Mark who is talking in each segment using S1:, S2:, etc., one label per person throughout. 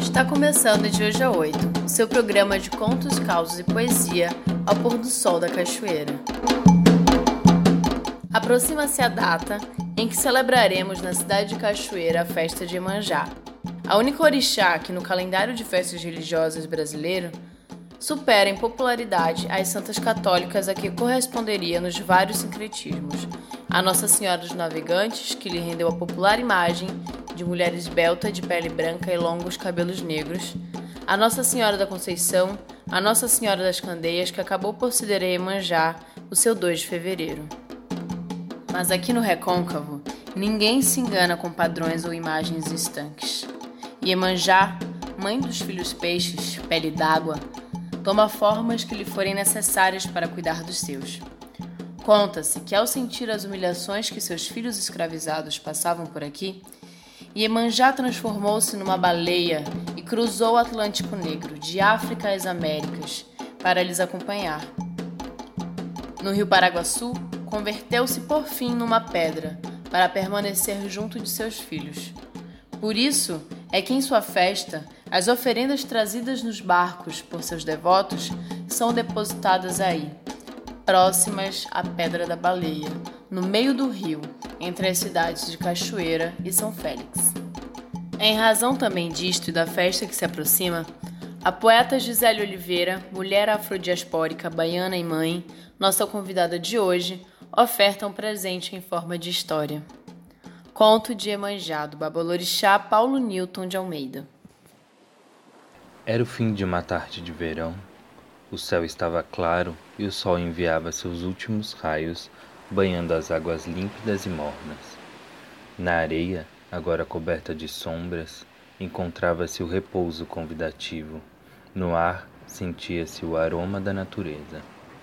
S1: Está começando de hoje a 8, o seu programa de contos, causos e poesia ao pôr do sol da cachoeira. Aproxima-se a data em que celebraremos na cidade de Cachoeira a festa de Iemanjá, a única orixá que no calendário de festas religiosas brasileiro supera em popularidade as santas católicas a que corresponderia nos vários sincretismos. A Nossa Senhora dos Navegantes, que lhe rendeu a popular imagem de mulher esbelta, de pele branca e longos cabelos negros. A Nossa Senhora da Conceição, a Nossa Senhora das Candeias, que acabou por ceder a Iemanjá o seu 2 de fevereiro. Mas aqui no Recôncavo, ninguém se engana com padrões ou imagens estanques. Iemanjá, mãe dos filhos peixes, pele d'água, toma formas que lhe forem necessárias para cuidar dos seus. Conta-se que ao sentir as humilhações que seus filhos escravizados passavam por aqui, Iemanjá transformou-se numa baleia e cruzou o Atlântico Negro, de África às Américas, para lhes acompanhar. No rio Paraguaçu, converteu-se por fim numa pedra, para permanecer junto de seus filhos. Por isso é que em sua festa, as oferendas trazidas nos barcos por seus devotos são depositadas aí, próximas à Pedra da Baleia, no meio do rio, entre as cidades de Cachoeira e São Félix. Em razão também disto e da festa que se aproxima, a poeta Gisele Oliveira, mulher afrodiaspórica, baiana e mãe, nossa convidada de hoje, oferta um presente em forma de história. Conto de Iemanjá, do babalorixá Paulo Newton de Almeida.
S2: Era o fim de uma tarde de verão. O céu estava claro e o sol enviava seus últimos raios, banhando as águas límpidas e mornas. Na areia, agora coberta de sombras, encontrava-se o repouso convidativo. No ar, sentia-se o aroma da natureza.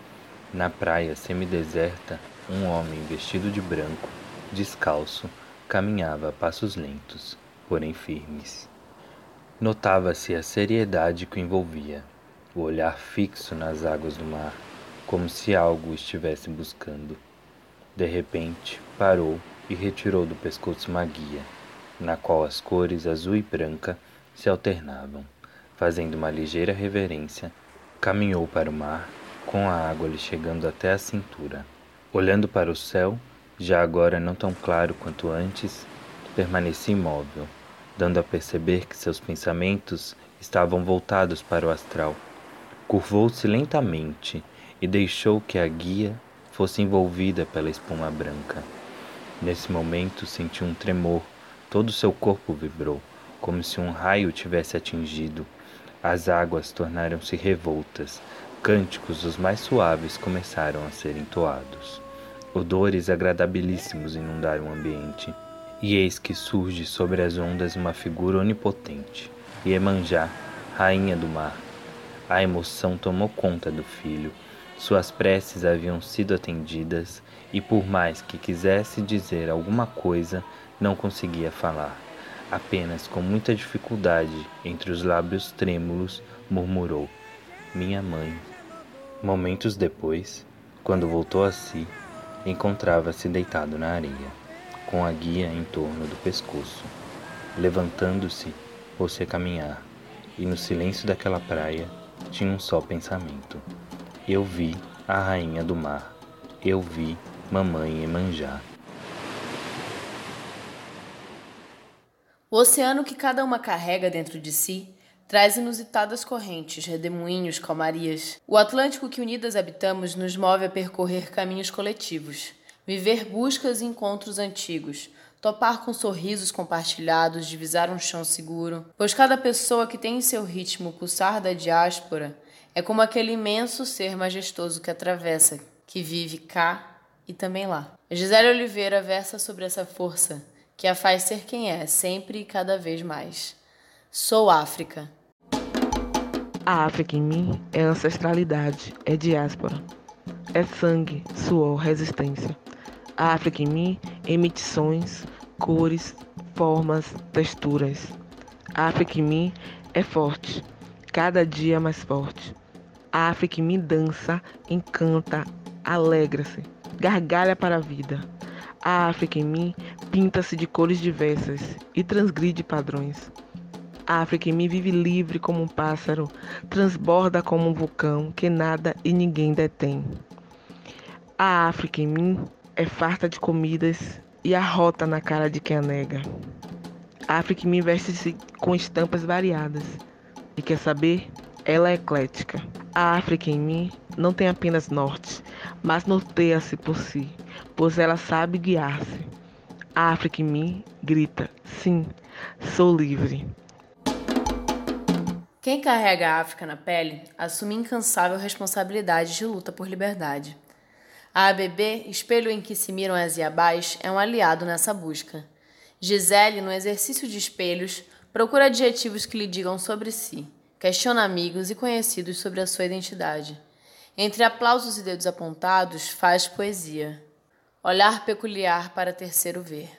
S2: Na praia semideserta, um homem vestido de branco, descalço, caminhava a passos lentos, porém firmes. Notava-se a seriedade que o envolvia, o olhar fixo nas águas do mar, como se algo o estivesse buscando. De repente, parou e retirou do pescoço uma guia, na qual as cores azul e branca se alternavam. Fazendo uma ligeira reverência, caminhou para o mar, com a água lhe chegando até a cintura. Olhando para o céu, já agora não tão claro quanto antes, permanecia imóvel, dando a perceber que seus pensamentos estavam voltados para o astral. Curvou-se lentamente e deixou que a guia fosse envolvida pela espuma branca. Nesse momento sentiu um tremor, todo seu corpo vibrou, como se um raio tivesse atingido. As águas tornaram-se revoltas, cânticos os mais suaves começaram a ser entoados. Odores agradabilíssimos inundaram o ambiente, e eis que surge sobre as ondas uma figura onipotente, Iemanjá, rainha do mar. A emoção tomou conta do filho. Suas preces haviam sido atendidas e, por mais que quisesse dizer alguma coisa, não conseguia falar. Apenas com muita dificuldade, entre os lábios trêmulos, murmurou: "Minha mãe". Momentos depois, quando voltou a si, encontrava-se deitado na areia, com a guia em torno do pescoço. Levantando-se, pôs-se a caminhar, e no silêncio daquela praia tinha um só pensamento: eu vi a rainha do mar, eu vi mamãe Iemanjá.
S1: O oceano que cada uma carrega dentro de si traz inusitadas correntes, redemoinhos, calmarias. O Atlântico que unidas habitamos nos move a percorrer caminhos coletivos, viver buscas e encontros antigos, topar com sorrisos compartilhados, divisar um chão seguro, pois cada pessoa que tem em seu ritmo o pulsar da diáspora é como aquele imenso ser majestoso que atravessa, que vive cá e também lá. Gisele Oliveira versa sobre essa força que a faz ser quem é, sempre e cada vez mais. Sou África.
S3: A África em mim é ancestralidade, é diáspora. É sangue, suor, resistência. A África em mim emite sons, cores, formas, texturas. A África em mim é forte, cada dia mais forte. A África em mim dança, encanta, alegra-se, gargalha para a vida. A África em mim pinta-se de cores diversas e transgride padrões. A África em mim vive livre como um pássaro, transborda como um vulcão que nada e ninguém detém. A África em mim é farta de comidas e arrota na cara de quem a nega. A África em mim veste-se com estampas variadas. E quer saber? Ela é eclética. A África em mim não tem apenas norte, mas norteia-se por si, pois ela sabe guiar-se. A África em mim grita: sim, sou livre.
S1: Quem carrega a África na pele assume incansável responsabilidade de luta por liberdade. A ABB, espelho em que se miram as Iabás, é um aliado nessa busca. Gisele, no exercício de espelhos, procura adjetivos que lhe digam sobre si, questiona amigos e conhecidos sobre a sua identidade. Entre aplausos e dedos apontados, faz poesia. Olhar peculiar para terceiro ver.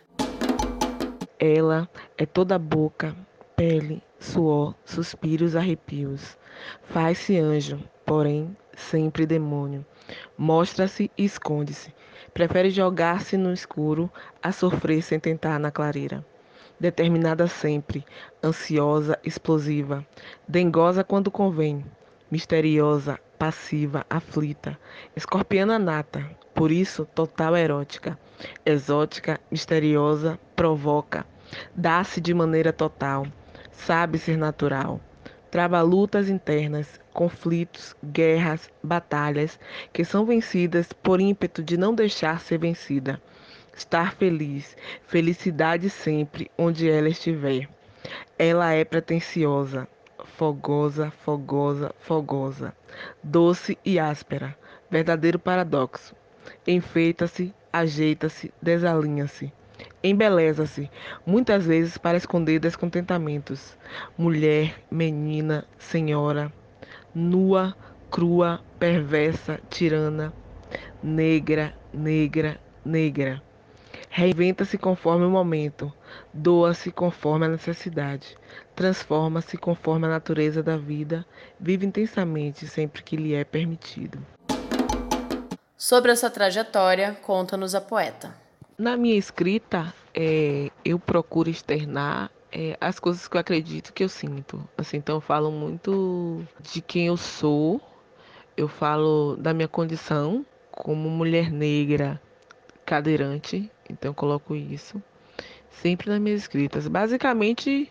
S3: Ela é toda boca, pele, suor, suspiros, arrepios. Faz-se anjo, porém sempre demônio. Mostra-se e esconde-se. Prefere jogar-se no escuro a sofrer sem tentar na clareira. Determinada sempre, ansiosa, explosiva. Dengosa quando convém. Misteriosa, passiva, aflita. Escorpiana nata, por isso total erótica. Exótica, misteriosa, provoca. Dá-se de maneira total. Sabe ser natural. Trava lutas internas, conflitos, guerras, batalhas, que são vencidas por ímpeto de não deixar ser vencida. Estar feliz, felicidade sempre onde ela estiver. Ela é pretensiosa, fogosa, fogosa, fogosa, doce e áspera, verdadeiro paradoxo. Enfeita-se, ajeita-se, desalinha-se. Embeleza-se, muitas vezes para esconder descontentamentos. Mulher, menina, senhora, nua, crua, perversa, tirana, negra, negra, negra. Reinventa-se conforme o momento, doa-se conforme a necessidade, transforma-se conforme a natureza da vida, vive intensamente sempre que lhe é permitido.
S1: Sobre a sua trajetória, conta-nos a poeta.
S3: Na minha escrita, eu procuro externar as coisas que eu acredito que eu sinto. Assim, então, eu falo muito de quem eu sou, eu falo da minha condição como mulher negra, cadeirante, então eu coloco isso sempre nas minhas escritas. Basicamente,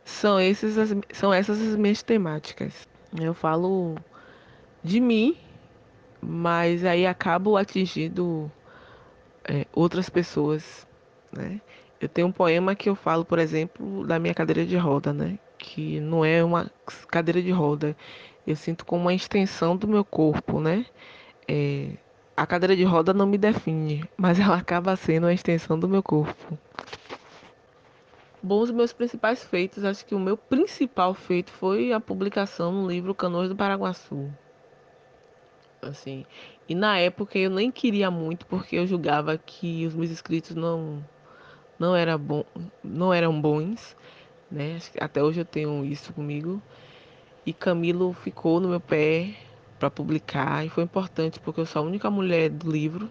S3: são essas as minhas temáticas. Eu falo de mim, mas aí acabo atingindo outras pessoas, né? Eu tenho um poema que eu falo, por exemplo, da minha cadeira de roda, né? Que não é uma cadeira de roda. Eu sinto como uma extensão do meu corpo, né? É, a cadeira de roda não me define, mas ela acaba sendo uma extensão do meu corpo. Bom, os meus principais feitos, acho que o meu principal feito foi a publicação no livro Canoas do Paraguaçu. Assim, e na época eu nem queria muito porque eu julgava que os meus escritos não era bom, não eram bons, né? Acho que até hoje eu tenho isso comigo. E Camilo ficou no meu pé para publicar e foi importante porque eu sou a única mulher do livro.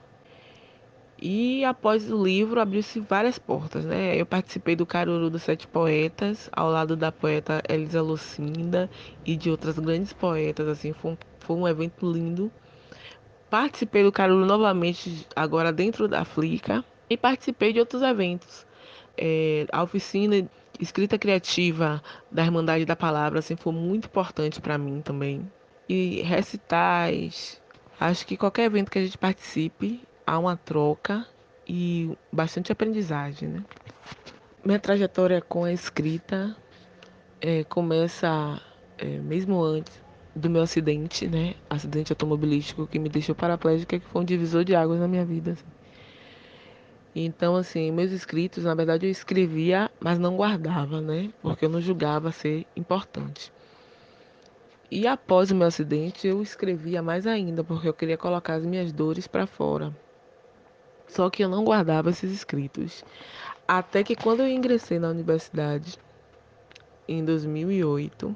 S3: E após o livro abriu-se várias portas, né? Eu participei do Caruru dos Sete Poetas, ao lado da poeta Elisa Lucinda e de outras grandes poetas, assim, foi um evento lindo. Participei do Caruru novamente, agora dentro da Flica, e participei de outros eventos. A oficina Escrita Criativa da Irmandade da Palavra, assim, foi muito importante para mim também. E recitais, acho que qualquer evento que a gente participe, há uma troca e bastante aprendizagem, né? Minha trajetória com a escrita começa mesmo antes do meu acidente, né? Acidente automobilístico que me deixou paraplégica, que foi um divisor de águas na minha vida, assim. Então, assim, meus escritos, na verdade, eu escrevia, mas não guardava, né? Porque eu não julgava ser importante. E após o meu acidente, eu escrevia mais ainda, porque eu queria colocar as minhas dores para fora. Só que eu não guardava esses escritos. Até que quando eu ingressei na universidade, em 2008,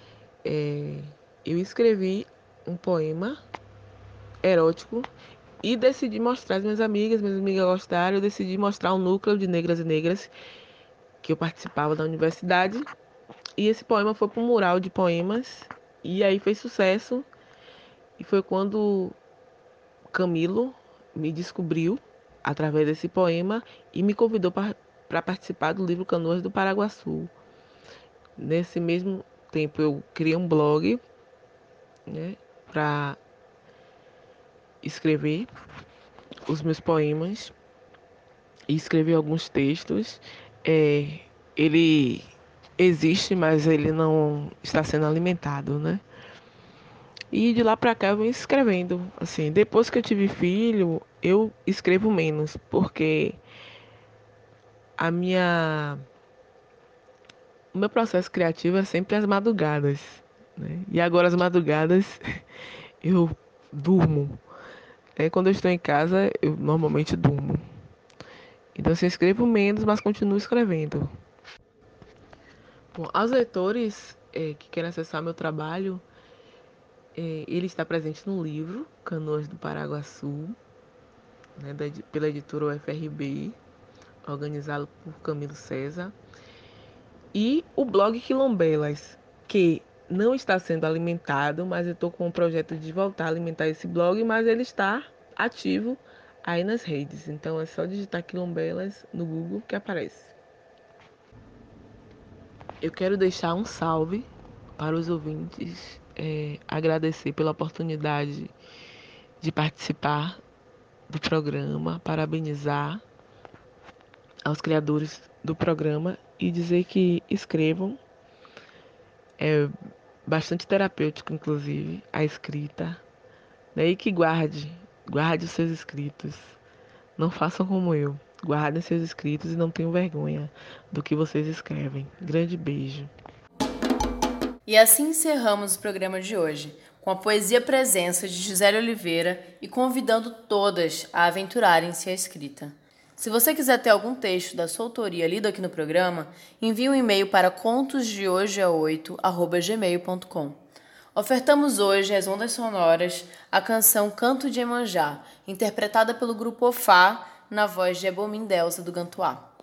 S3: eu escrevi um poema erótico e decidi mostrar às minhas amigas gostaram, eu decidi mostrar um núcleo de negras e negras que eu participava da universidade. E esse poema foi para um mural de poemas, e aí fez sucesso. E foi quando Camilo me descobriu através desse poema e me convidou para participar do livro Canoas do Paraguaçu. Nesse mesmo tempo eu criei um blog, né, para escrever os meus poemas e escrever alguns textos. Ele existe, mas ele não está sendo alimentado, né? E de lá para cá eu venho escrevendo. Assim, depois que eu tive filho, eu escrevo menos, porque a minha o meu processo criativo é sempre as madrugadas, né? E agora as madrugadas eu durmo. Quando eu estou em casa, eu normalmente durmo. Então, assim, eu escrevo menos, mas continuo escrevendo. Bom, aos leitores que querem acessar meu trabalho, ele está presente no livro Canoas do Paraguaçu, né, pela editora UFRB, organizado por Camilo César. E o blog Quilombelas, que não está sendo alimentado, mas eu estou com um projeto de voltar a alimentar esse blog, mas ele está ativo aí nas redes. Então é só digitar Quilombelas no Google que aparece. Eu quero deixar um salve para os ouvintes, agradecer pela oportunidade de participar do programa, parabenizar aos criadores do programa e dizer que escrevam. É bastante terapêutico, inclusive, a escrita, né? E que guarde os seus escritos. Não façam como eu. Guardem seus escritos e não tenham vergonha do que vocês escrevem. Grande beijo.
S1: E assim encerramos o programa de hoje, com a poesia presença de Gisele Oliveira e convidando todas a aventurarem-se à escrita. Se você quiser ter algum texto da sua autoria lido aqui no programa, envie um e-mail para contosdehoje8@gmail.com. Ofertamos hoje às ondas sonoras a canção Canto de Iemanjá, interpretada pelo grupo Ofá, na voz de Ebomindelsa do Gantuá.